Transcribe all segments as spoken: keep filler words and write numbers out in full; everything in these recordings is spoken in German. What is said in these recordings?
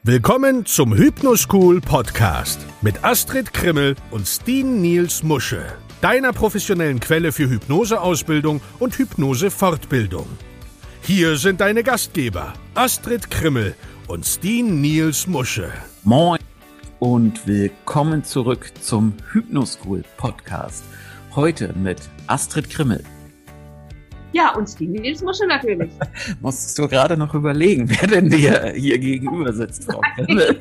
Willkommen zum Hypnoschool Podcast mit Astrid Krimmel und Steen Niels Musche, deiner professionellen Quelle für Hypnoseausbildung und Hypnosefortbildung. Hier sind deine Gastgeber Astrid Krimmel und Steen Niels Musche. Moin und willkommen zurück zum Hypnoschool Podcast. Heute mit Astrid Krimmel. Ja, und Steen Niels Musche natürlich. Musstest du gerade noch überlegen, wer denn dir hier gegenüber sitzt, Frau Krimmel?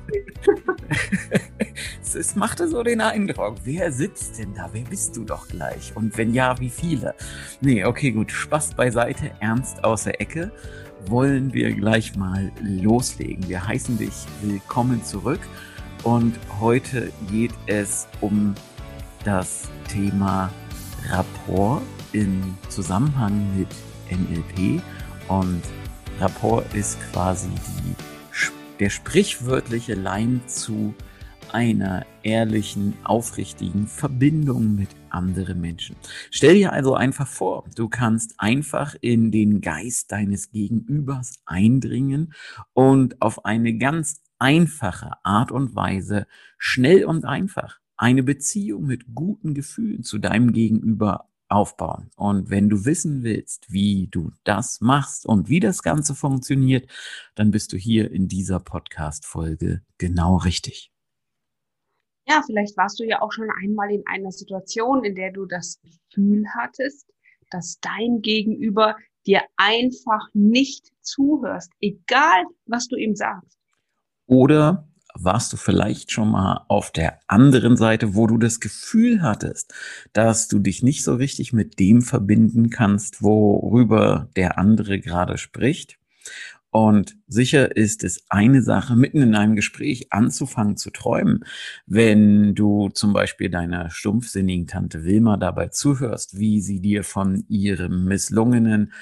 Es machte so den Eindruck, wer sitzt denn da? Wer bist du doch gleich? Und wenn ja, wie viele? Nee, okay, gut, Spaß beiseite, ernst aus der Ecke. Wollen wir gleich mal loslegen. Wir heißen dich willkommen zurück und heute geht es um das Thema Rapport im Zusammenhang mit N L P, und Rapport ist quasi die, der sprichwörtliche Leim zu einer ehrlichen, aufrichtigen Verbindung mit anderen Menschen. Stell dir also einfach vor, du kannst einfach in den Geist deines Gegenübers eindringen und auf eine ganz einfache Art und Weise, schnell und einfach, eine Beziehung mit guten Gefühlen zu deinem Gegenüber aufbauen. Und wenn du wissen willst, wie du das machst und wie das Ganze funktioniert, dann bist du hier in dieser Podcast-Folge genau richtig. Ja, vielleicht warst du ja auch schon einmal in einer Situation, in der du das Gefühl hattest, dass dein Gegenüber dir einfach nicht zuhörst, egal was du ihm sagst. Oder warst du vielleicht schon mal auf der anderen Seite, wo du das Gefühl hattest, dass du dich nicht so richtig mit dem verbinden kannst, worüber der andere gerade spricht? Und sicher ist es eine Sache, mitten in einem Gespräch anzufangen zu träumen, wenn du zum Beispiel deiner stumpfsinnigen Tante Wilma dabei zuhörst, wie sie dir von ihrem misslungenen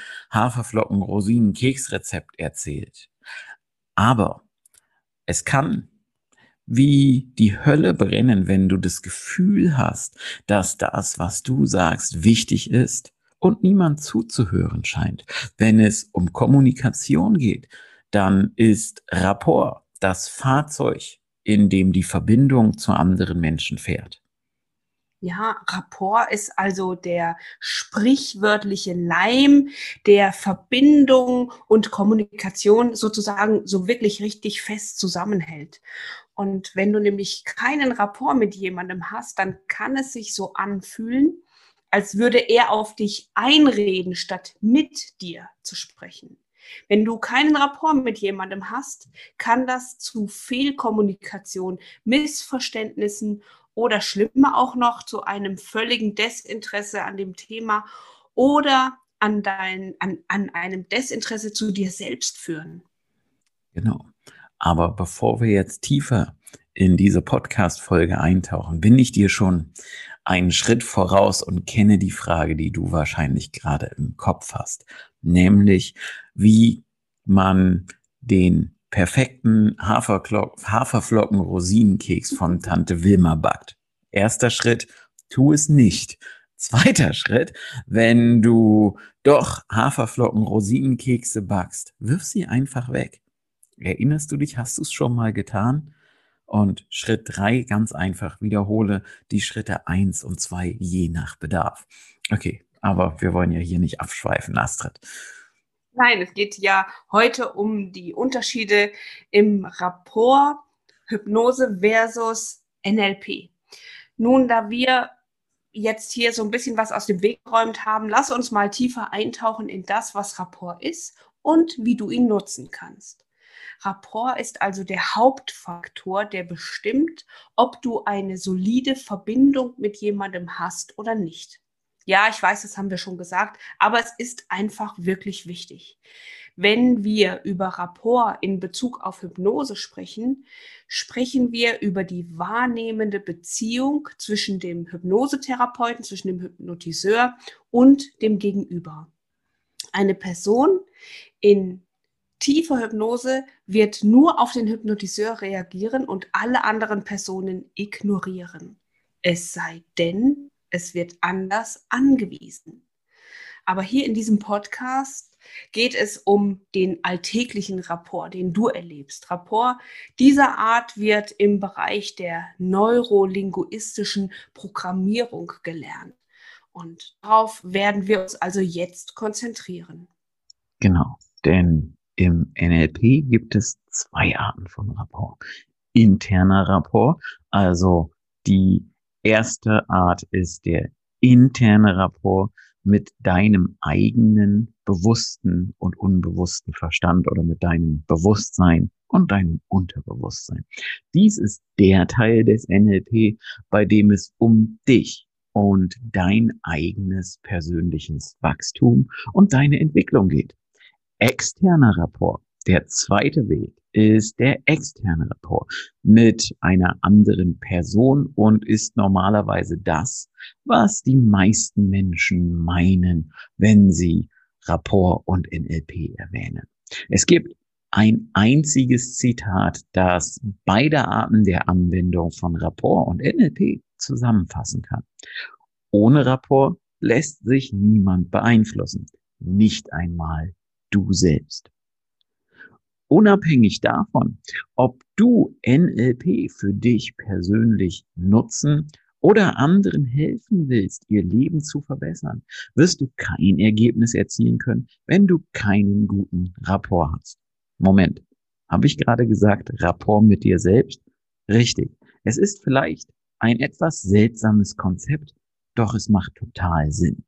Haferflocken-Rosinen-Keksrezept erzählt. Aber es kann wie die Hölle brennen, wenn du das Gefühl hast, dass das, was du sagst, wichtig ist und niemand zuzuhören scheint. Wenn es um Kommunikation geht, dann ist Rapport das Fahrzeug, in dem die Verbindung zu anderen Menschen fährt. Ja, Rapport ist also der sprichwörtliche Leim, der Verbindung und Kommunikation sozusagen so wirklich richtig fest zusammenhält. Und wenn du nämlich keinen Rapport mit jemandem hast, dann kann es sich so anfühlen, als würde er auf dich einreden, statt mit dir zu sprechen. Wenn du keinen Rapport mit jemandem hast, kann das zu Fehlkommunikation, Missverständnissen oder schlimmer auch noch zu einem völligen Desinteresse an dem Thema oder an, dein, an, an einem Desinteresse zu dir selbst führen. Genau. Aber bevor wir jetzt tiefer in diese Podcast-Folge eintauchen, bin ich dir schon einen Schritt voraus und kenne die Frage, die du wahrscheinlich gerade im Kopf hast, nämlich wie man den perfekten Haferflocken-Rosinenkeks von Tante Wilma backt. Erster Schritt, tu es nicht. Zweiter Schritt, wenn du doch Haferflocken-Rosinenkekse backst, wirf sie einfach weg. Erinnerst du dich, hast du es schon mal getan? Und Schritt drei, ganz einfach, wiederhole die Schritte eins und zwei je nach Bedarf. Okay, aber wir wollen ja hier nicht abschweifen, Astrid. Nein, es geht ja heute um die Unterschiede im Rapport Hypnose versus N L P. Nun, da wir jetzt hier so ein bisschen was aus dem Weg geräumt haben, lass uns mal tiefer eintauchen in das, was Rapport ist und wie du ihn nutzen kannst. Rapport ist also der Hauptfaktor, der bestimmt, ob du eine solide Verbindung mit jemandem hast oder nicht. Ja, ich weiß, das haben wir schon gesagt, aber es ist einfach wirklich wichtig. Wenn wir über Rapport in Bezug auf Hypnose sprechen, sprechen wir über die wahrnehmende Beziehung zwischen dem Hypnosetherapeuten, zwischen dem Hypnotiseur und dem Gegenüber. Eine Person in tiefer Hypnose wird nur auf den Hypnotiseur reagieren und alle anderen Personen ignorieren. Es sei denn, es wird anders angewiesen. Aber hier in diesem Podcast geht es um den alltäglichen Rapport, den du erlebst. Rapport dieser Art wird im Bereich der neurolinguistischen Programmierung gelernt. Und darauf werden wir uns also jetzt konzentrieren. Genau, denn im N L P gibt es zwei Arten von Rapport. Interner Rapport, also die erste Art ist der interne Rapport mit deinem eigenen bewussten und unbewussten Verstand oder mit deinem Bewusstsein und deinem Unterbewusstsein. Dies ist der Teil des N L P, bei dem es um dich und dein eigenes persönliches Wachstum und deine Entwicklung geht. Externer Rapport, der zweite Weg, ist der externe Rapport mit einer anderen Person und ist normalerweise das, was die meisten Menschen meinen, wenn sie Rapport und N L P erwähnen. Es gibt ein einziges Zitat, das beide Arten der Anwendung von Rapport und N L P zusammenfassen kann. Ohne Rapport lässt sich niemand beeinflussen, nicht einmal du selbst. Unabhängig davon, ob du N L P für dich persönlich nutzen oder anderen helfen willst, ihr Leben zu verbessern, wirst du kein Ergebnis erzielen können, wenn du keinen guten Rapport hast. Moment, habe ich gerade gesagt, Rapport mit dir selbst? Richtig. Es ist vielleicht ein etwas seltsames Konzept, doch es macht total Sinn.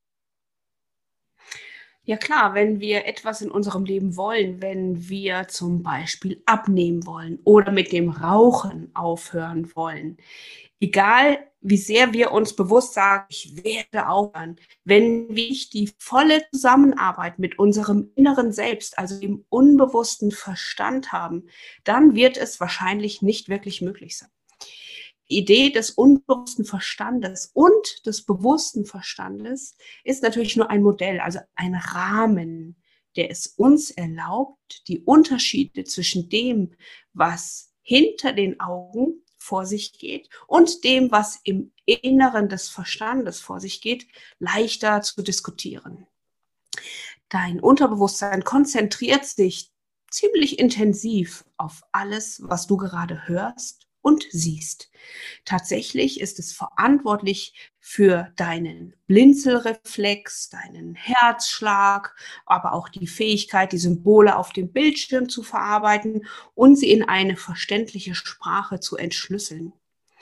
Ja klar, wenn wir etwas in unserem Leben wollen, wenn wir zum Beispiel abnehmen wollen oder mit dem Rauchen aufhören wollen, egal wie sehr wir uns bewusst sagen, ich werde aufhören, wenn wir nicht die volle Zusammenarbeit mit unserem inneren Selbst, also dem unbewussten Verstand haben, dann wird es wahrscheinlich nicht wirklich möglich sein. Die Idee des unbewussten Verstandes und des bewussten Verstandes ist natürlich nur ein Modell, also ein Rahmen, der es uns erlaubt, die Unterschiede zwischen dem, was hinter den Augen vor sich geht und dem, was im Inneren des Verstandes vor sich geht, leichter zu diskutieren. Dein Unterbewusstsein konzentriert sich ziemlich intensiv auf alles, was du gerade hörst und siehst. Tatsächlich ist es verantwortlich für deinen Blinzelreflex, deinen Herzschlag, aber auch die Fähigkeit, die Symbole auf dem Bildschirm zu verarbeiten und sie in eine verständliche Sprache zu entschlüsseln.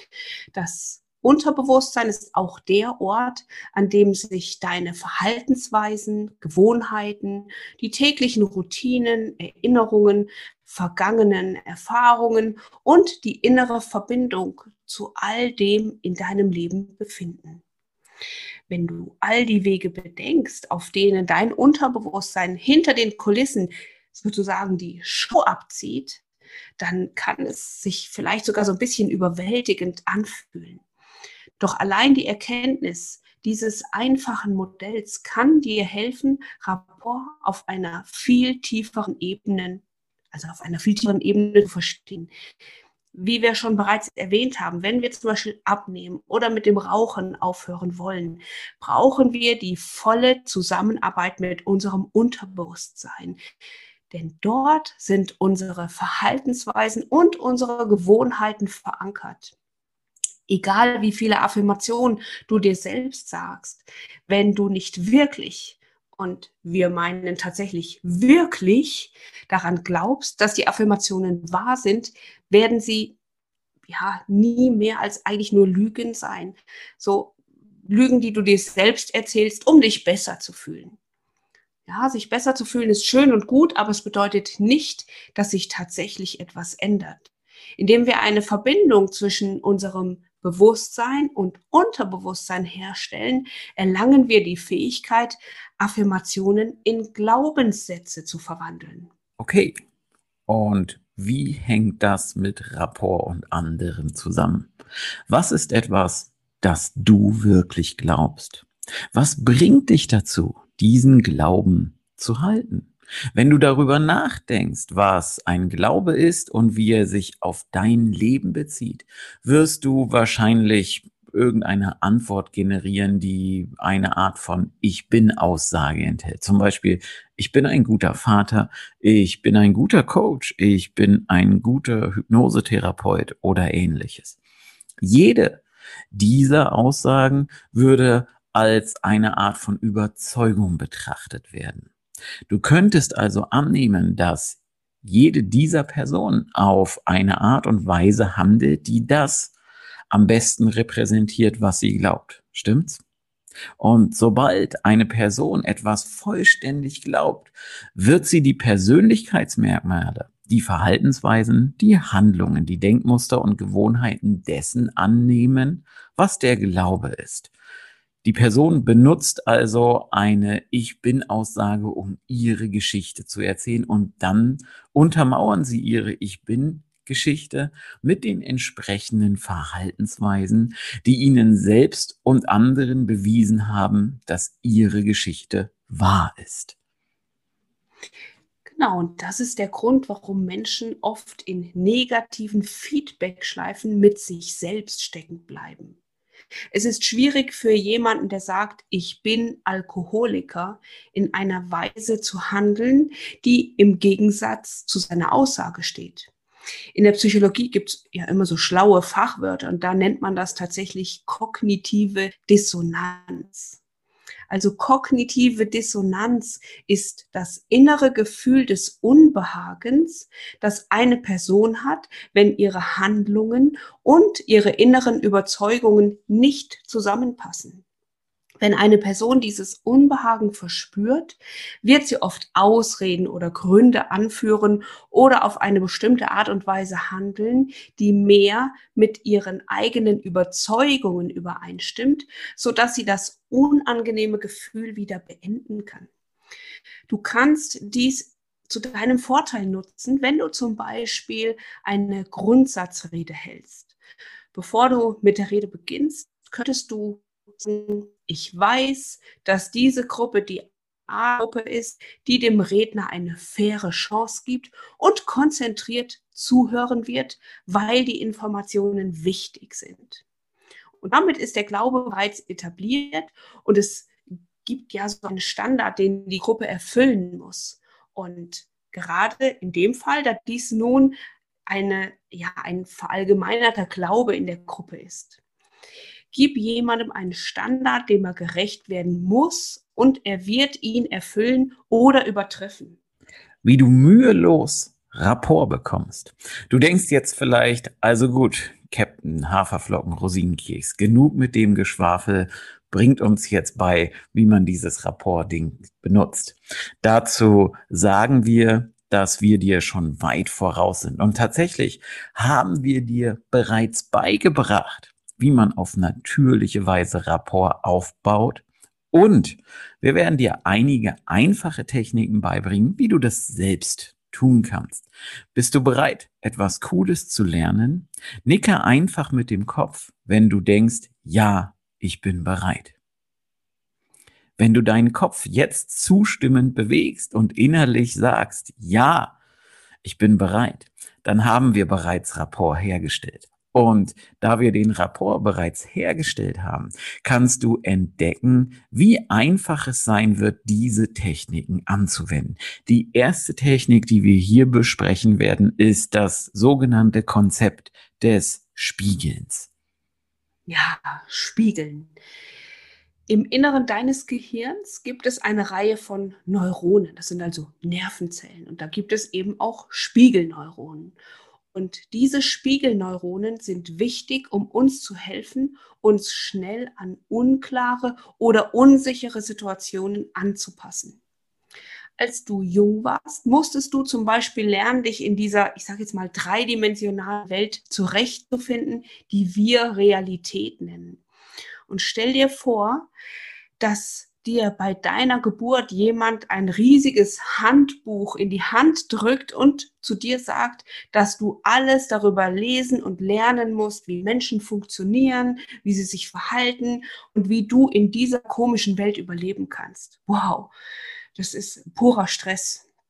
Das Unterbewusstsein ist auch der Ort, an dem sich deine Verhaltensweisen, Gewohnheiten, die täglichen Routinen, Erinnerungen, vergangenen Erfahrungen und die innere Verbindung zu all dem in deinem Leben befinden. Wenn du all die Wege bedenkst, auf denen dein Unterbewusstsein hinter den Kulissen sozusagen die Show abzieht, dann kann es sich vielleicht sogar so ein bisschen überwältigend anfühlen. Doch allein die Erkenntnis dieses einfachen Modells kann dir helfen, Rapport auf einer viel tieferen Ebene, also auf einer viel tieferen Ebene zu verstehen. Wie wir schon bereits erwähnt haben, wenn wir zum Beispiel abnehmen oder mit dem Rauchen aufhören wollen, brauchen wir die volle Zusammenarbeit mit unserem Unterbewusstsein. Denn dort sind unsere Verhaltensweisen und unsere Gewohnheiten verankert. Egal wie viele Affirmationen du dir selbst sagst, wenn du nicht wirklich, und wir meinen tatsächlich wirklich, daran glaubst, dass die Affirmationen wahr sind, werden sie ja nie mehr als eigentlich nur Lügen sein. So Lügen, die du dir selbst erzählst, um dich besser zu fühlen. Ja, sich besser zu fühlen ist schön und gut, aber es bedeutet nicht, dass sich tatsächlich etwas ändert. Indem wir eine Verbindung zwischen unserem Bewusstsein und Unterbewusstsein herstellen, erlangen wir die Fähigkeit, Affirmationen in Glaubenssätze zu verwandeln. Okay, und wie hängt das mit Rapport und anderem zusammen? Was ist etwas, das du wirklich glaubst? Was bringt dich dazu, diesen Glauben zu halten? Wenn du darüber nachdenkst, was ein Glaube ist und wie er sich auf dein Leben bezieht, wirst du wahrscheinlich irgendeine Antwort generieren, die eine Art von Ich-Bin-Aussage enthält. Zum Beispiel, ich bin ein guter Vater, ich bin ein guter Coach, ich bin ein guter Hypnosetherapeut oder ähnliches. Jede dieser Aussagen würde als eine Art von Überzeugung betrachtet werden. Du könntest also annehmen, dass jede dieser Personen auf eine Art und Weise handelt, die das am besten repräsentiert, was sie glaubt. Stimmt's? Und sobald eine Person etwas vollständig glaubt, wird sie die Persönlichkeitsmerkmale, die Verhaltensweisen, die Handlungen, die Denkmuster und Gewohnheiten dessen annehmen, was der Glaube ist. Die Person benutzt also eine Ich-Bin-Aussage, um ihre Geschichte zu erzählen, und dann untermauern sie ihre Ich-Bin-Geschichte mit den entsprechenden Verhaltensweisen, die ihnen selbst und anderen bewiesen haben, dass ihre Geschichte wahr ist. Genau, und das ist der Grund, warum Menschen oft in negativen Feedback-Schleifen mit sich selbst stecken bleiben. Es ist schwierig für jemanden, der sagt, ich bin Alkoholiker, in einer Weise zu handeln, die im Gegensatz zu seiner Aussage steht. In der Psychologie gibt es ja immer so schlaue Fachwörter und da nennt man das tatsächlich kognitive Dissonanz. Also kognitive Dissonanz ist das innere Gefühl des Unbehagens, das eine Person hat, wenn ihre Handlungen und ihre inneren Überzeugungen nicht zusammenpassen. Wenn eine Person dieses Unbehagen verspürt, wird sie oft Ausreden oder Gründe anführen oder auf eine bestimmte Art und Weise handeln, die mehr mit ihren eigenen Überzeugungen übereinstimmt, sodass sie das unangenehme Gefühl wieder beenden kann. Du kannst dies zu deinem Vorteil nutzen, wenn du zum Beispiel eine Grundsatzrede hältst. Bevor du mit der Rede beginnst, könntest du sagen, ich weiß, dass diese Gruppe die A-Gruppe ist, die dem Redner eine faire Chance gibt und konzentriert zuhören wird, weil die Informationen wichtig sind. Und damit ist der Glaube bereits etabliert und es gibt ja so einen Standard, den die Gruppe erfüllen muss. Und gerade in dem Fall, da dies nun eine, ja, ein verallgemeinerter Glaube in der Gruppe ist. Gib jemandem einen Standard, dem er gerecht werden muss, und er wird ihn erfüllen oder übertreffen. Wie du mühelos Rapport bekommst. Du denkst jetzt vielleicht, also gut, Captain Haferflocken Rosinenkeks, genug mit dem Geschwafel, bringt uns jetzt bei, wie man dieses Rapport-Ding benutzt. Dazu sagen wir, dass wir dir schon weit voraus sind. Und tatsächlich haben wir dir bereits beigebracht, wie man auf natürliche Weise Rapport aufbaut. Und wir werden dir einige einfache Techniken beibringen, wie du das selbst tun kannst. Bist du bereit, etwas Cooles zu lernen? Nicke einfach mit dem Kopf, wenn du denkst, ja, ich bin bereit. Wenn du deinen Kopf jetzt zustimmend bewegst und innerlich sagst, ja, ich bin bereit, dann haben wir bereits Rapport hergestellt. Und da wir den Rapport bereits hergestellt haben, kannst du entdecken, wie einfach es sein wird, diese Techniken anzuwenden. Die erste Technik, die wir hier besprechen werden, ist das sogenannte Konzept des Spiegelns. Ja, spiegeln. Im Inneren deines Gehirns gibt es eine Reihe von Neuronen. Das sind also Nervenzellen. Und da gibt es eben auch Spiegelneuronen. Und diese Spiegelneuronen sind wichtig, um uns zu helfen, uns schnell an unklare oder unsichere Situationen anzupassen. Als du jung warst, musstest du zum Beispiel lernen, dich in dieser, ich sage jetzt mal, dreidimensionalen Welt zurechtzufinden, die wir Realität nennen. Und stell dir vor, dass dir bei deiner Geburt jemand ein riesiges Handbuch in die Hand drückt und zu dir sagt, dass du alles darüber lesen und lernen musst, wie Menschen funktionieren, wie sie sich verhalten und wie du in dieser komischen Welt überleben kannst. Wow, das ist purer Stress.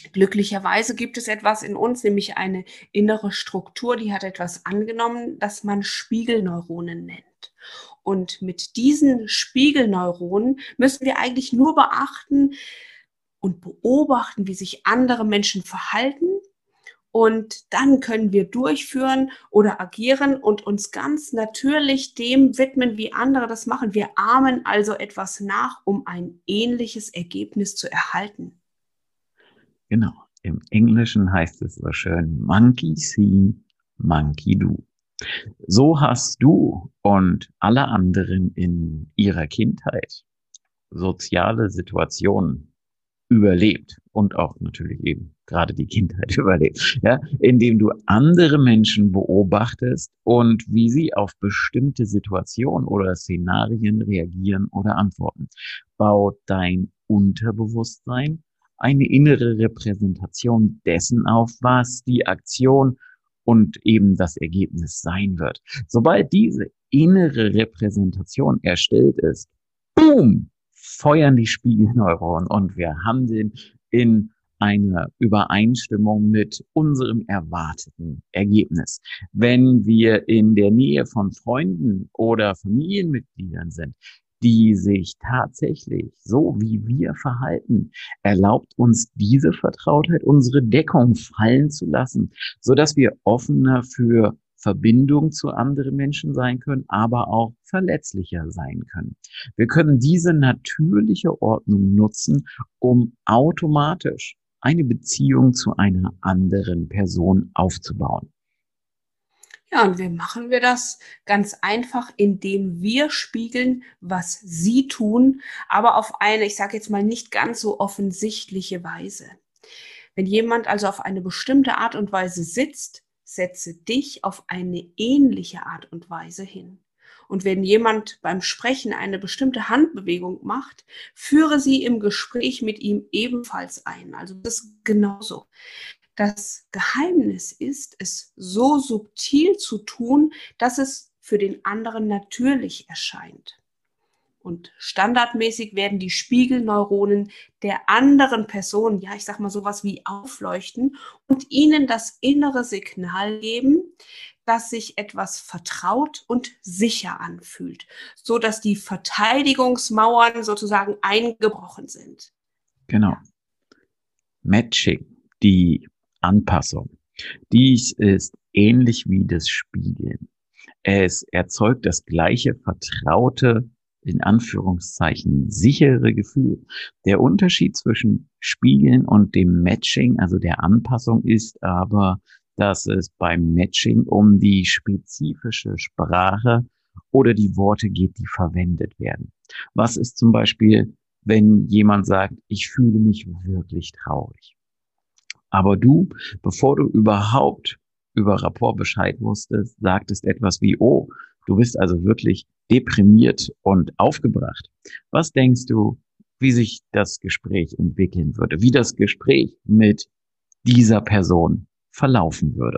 Glücklicherweise gibt es etwas in uns, nämlich eine innere Struktur, die hat etwas angenommen, das man Spiegelneuronen nennt. Und mit diesen Spiegelneuronen müssen wir eigentlich nur beachten und beobachten, wie sich andere Menschen verhalten. Und dann können wir durchführen oder agieren und uns ganz natürlich dem widmen, wie andere das machen. Wir ahmen also etwas nach, um ein ähnliches Ergebnis zu erhalten. Genau. Im Englischen heißt es so schön, Monkey see, Monkey do. So hast du und alle anderen in ihrer Kindheit soziale Situationen überlebt und auch natürlich eben gerade die Kindheit überlebt, ja, indem du andere Menschen beobachtest und wie sie auf bestimmte Situationen oder Szenarien reagieren oder antworten. Baut dein Unterbewusstsein eine innere Repräsentation dessen auf, was die Aktion und eben das Ergebnis sein wird. Sobald diese innere Repräsentation erstellt ist, boom, feuern die Spiegelneuronen und wir handeln in einer Übereinstimmung mit unserem erwarteten Ergebnis. Wenn wir in der Nähe von Freunden oder Familienmitgliedern sind, die sich tatsächlich so wie wir verhalten, erlaubt uns diese Vertrautheit, unsere Deckung fallen zu lassen, sodass wir offener für Verbindung zu anderen Menschen sein können, aber auch verletzlicher sein können. Wir können diese natürliche Ordnung nutzen, um automatisch eine Beziehung zu einer anderen Person aufzubauen. Ja, und wie machen wir das? Ganz einfach, indem wir spiegeln, was sie tun, aber auf eine, ich sage jetzt mal, nicht ganz so offensichtliche Weise. Wenn jemand also auf eine bestimmte Art und Weise sitzt, setze dich auf eine ähnliche Art und Weise hin. Und wenn jemand beim Sprechen eine bestimmte Handbewegung macht, führe sie im Gespräch mit ihm ebenfalls ein. Also das ist genauso. Das Geheimnis ist, es so subtil zu tun, dass es für den anderen natürlich erscheint. Und standardmäßig werden die Spiegelneuronen der anderen Person, ja, ich sag mal sowas wie aufleuchten und ihnen das innere Signal geben, dass sich etwas vertraut und sicher anfühlt, so dass die Verteidigungsmauern sozusagen eingebrochen sind. Genau. Matching, die Anpassung. Dies ist ähnlich wie das Spiegeln. Es erzeugt das gleiche vertraute, in Anführungszeichen sichere Gefühl. Der Unterschied zwischen Spiegeln und dem Matching, also der Anpassung, ist aber, dass es beim Matching um die spezifische Sprache oder die Worte geht, die verwendet werden. Was ist zum Beispiel, wenn jemand sagt, ich fühle mich wirklich traurig? Aber du, bevor du überhaupt über Rapport Bescheid wusstest, sagtest etwas wie, oh, du bist also wirklich deprimiert und aufgebracht. Was denkst du, wie sich das Gespräch entwickeln würde, wie das Gespräch mit dieser Person verlaufen würde?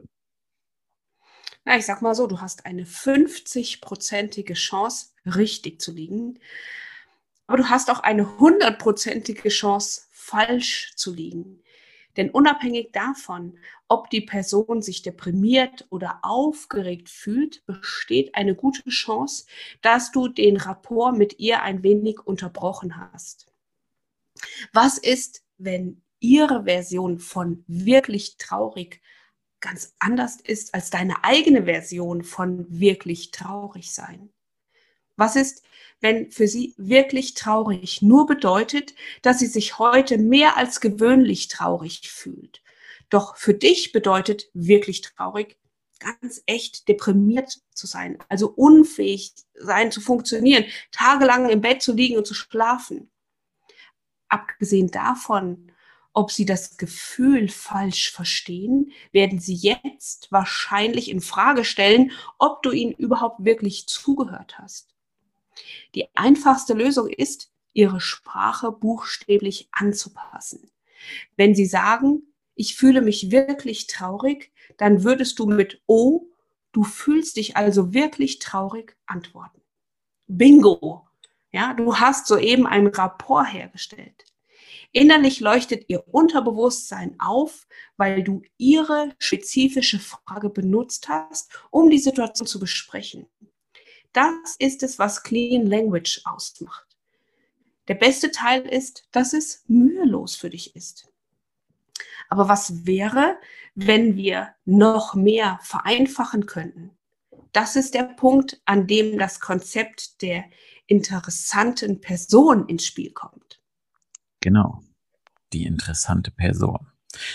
Na, ich sag mal so, du hast eine fünfzig-prozentige Chance, richtig zu liegen, aber du hast auch eine hundertprozentige Chance, falsch zu liegen. Denn unabhängig davon, ob die Person sich deprimiert oder aufgeregt fühlt, besteht eine gute Chance, dass du den Rapport mit ihr ein wenig unterbrochen hast. Was ist, wenn ihre Version von wirklich traurig ganz anders ist als deine eigene Version von wirklich traurig sein? Was ist, wenn für sie wirklich traurig nur bedeutet, dass sie sich heute mehr als gewöhnlich traurig fühlt? Doch für dich bedeutet wirklich traurig, ganz echt deprimiert zu sein, also unfähig sein zu funktionieren, tagelang im Bett zu liegen und zu schlafen. Abgesehen davon, ob sie das Gefühl falsch verstehen, werden sie jetzt wahrscheinlich in Frage stellen, ob du ihnen überhaupt wirklich zugehört hast. Die einfachste Lösung ist, ihre Sprache buchstäblich anzupassen. Wenn sie sagen, ich fühle mich wirklich traurig, dann würdest du mit Oh, du fühlst dich also wirklich traurig antworten. Bingo! Ja, du hast soeben einen Rapport hergestellt. Innerlich leuchtet ihr Unterbewusstsein auf, weil du ihre spezifische Frage benutzt hast, um die Situation zu besprechen. Das ist es, was Clean Language ausmacht. Der beste Teil ist, dass es mühelos für dich ist. Aber was wäre, wenn wir noch mehr vereinfachen könnten? Das ist der Punkt, an dem das Konzept der interessanten Person ins Spiel kommt. Genau, die interessante Person.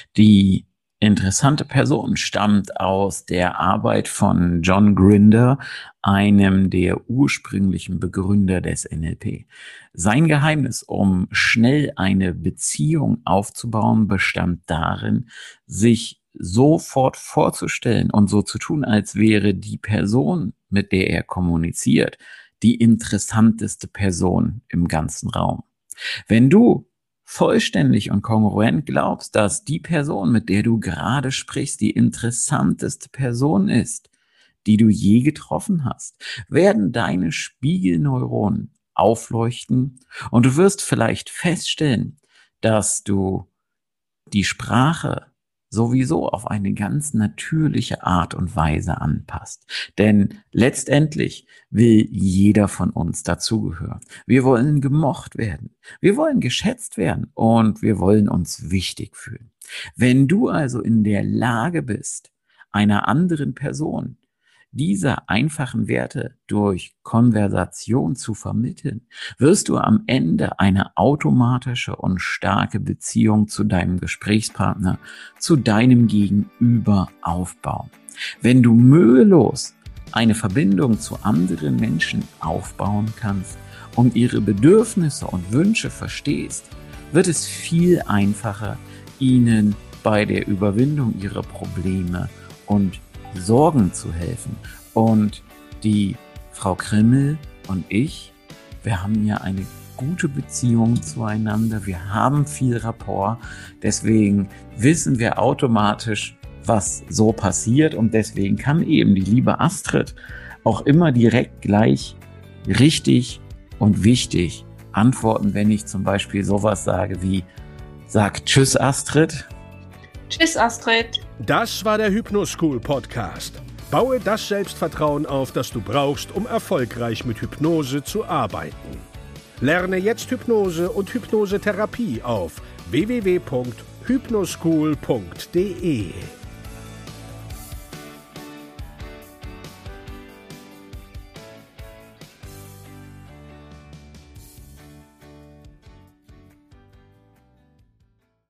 Die interessante Person stammt aus der Arbeit von John Grinder, einem der ursprünglichen Begründer des N L P. Sein Geheimnis, um schnell eine Beziehung aufzubauen, bestand darin, sich sofort vorzustellen und so zu tun, als wäre die Person, mit der er kommuniziert, die interessanteste Person im ganzen Raum. Wenn du vollständig und kongruent glaubst, dass die Person, mit der du gerade sprichst, die interessanteste Person ist, die du je getroffen hast, werden deine Spiegelneuronen aufleuchten und du wirst vielleicht feststellen, dass du die Sprache sowieso auf eine ganz natürliche Art und Weise anpasst. Denn letztendlich will jeder von uns dazugehören. Wir wollen gemocht werden, wir wollen geschätzt werden und wir wollen uns wichtig fühlen. Wenn du also in der Lage bist, einer anderen Person diese einfachen Werte durch Konversation zu vermitteln, wirst du am Ende eine automatische und starke Beziehung zu deinem Gesprächspartner, zu deinem Gegenüber aufbauen. Wenn du mühelos eine Verbindung zu anderen Menschen aufbauen kannst und ihre Bedürfnisse und Wünsche verstehst, wird es viel einfacher, ihnen bei der Überwindung ihrer Probleme und Sorgen zu helfen. Und die Frau Krimmel und ich, wir haben ja eine gute Beziehung zueinander, wir haben viel Rapport, deswegen wissen wir automatisch, was so passiert und deswegen kann eben die liebe Astrid auch immer direkt gleich richtig und wichtig antworten, wenn ich zum Beispiel sowas sage wie, sag Tschüss Astrid. Tschüss Astrid. Das war der Hypnoschool Podcast. Baue das Selbstvertrauen auf, das du brauchst, um erfolgreich mit Hypnose zu arbeiten. Lerne jetzt Hypnose und Hypnosetherapie auf w w w punkt hypnoschool punkt d e.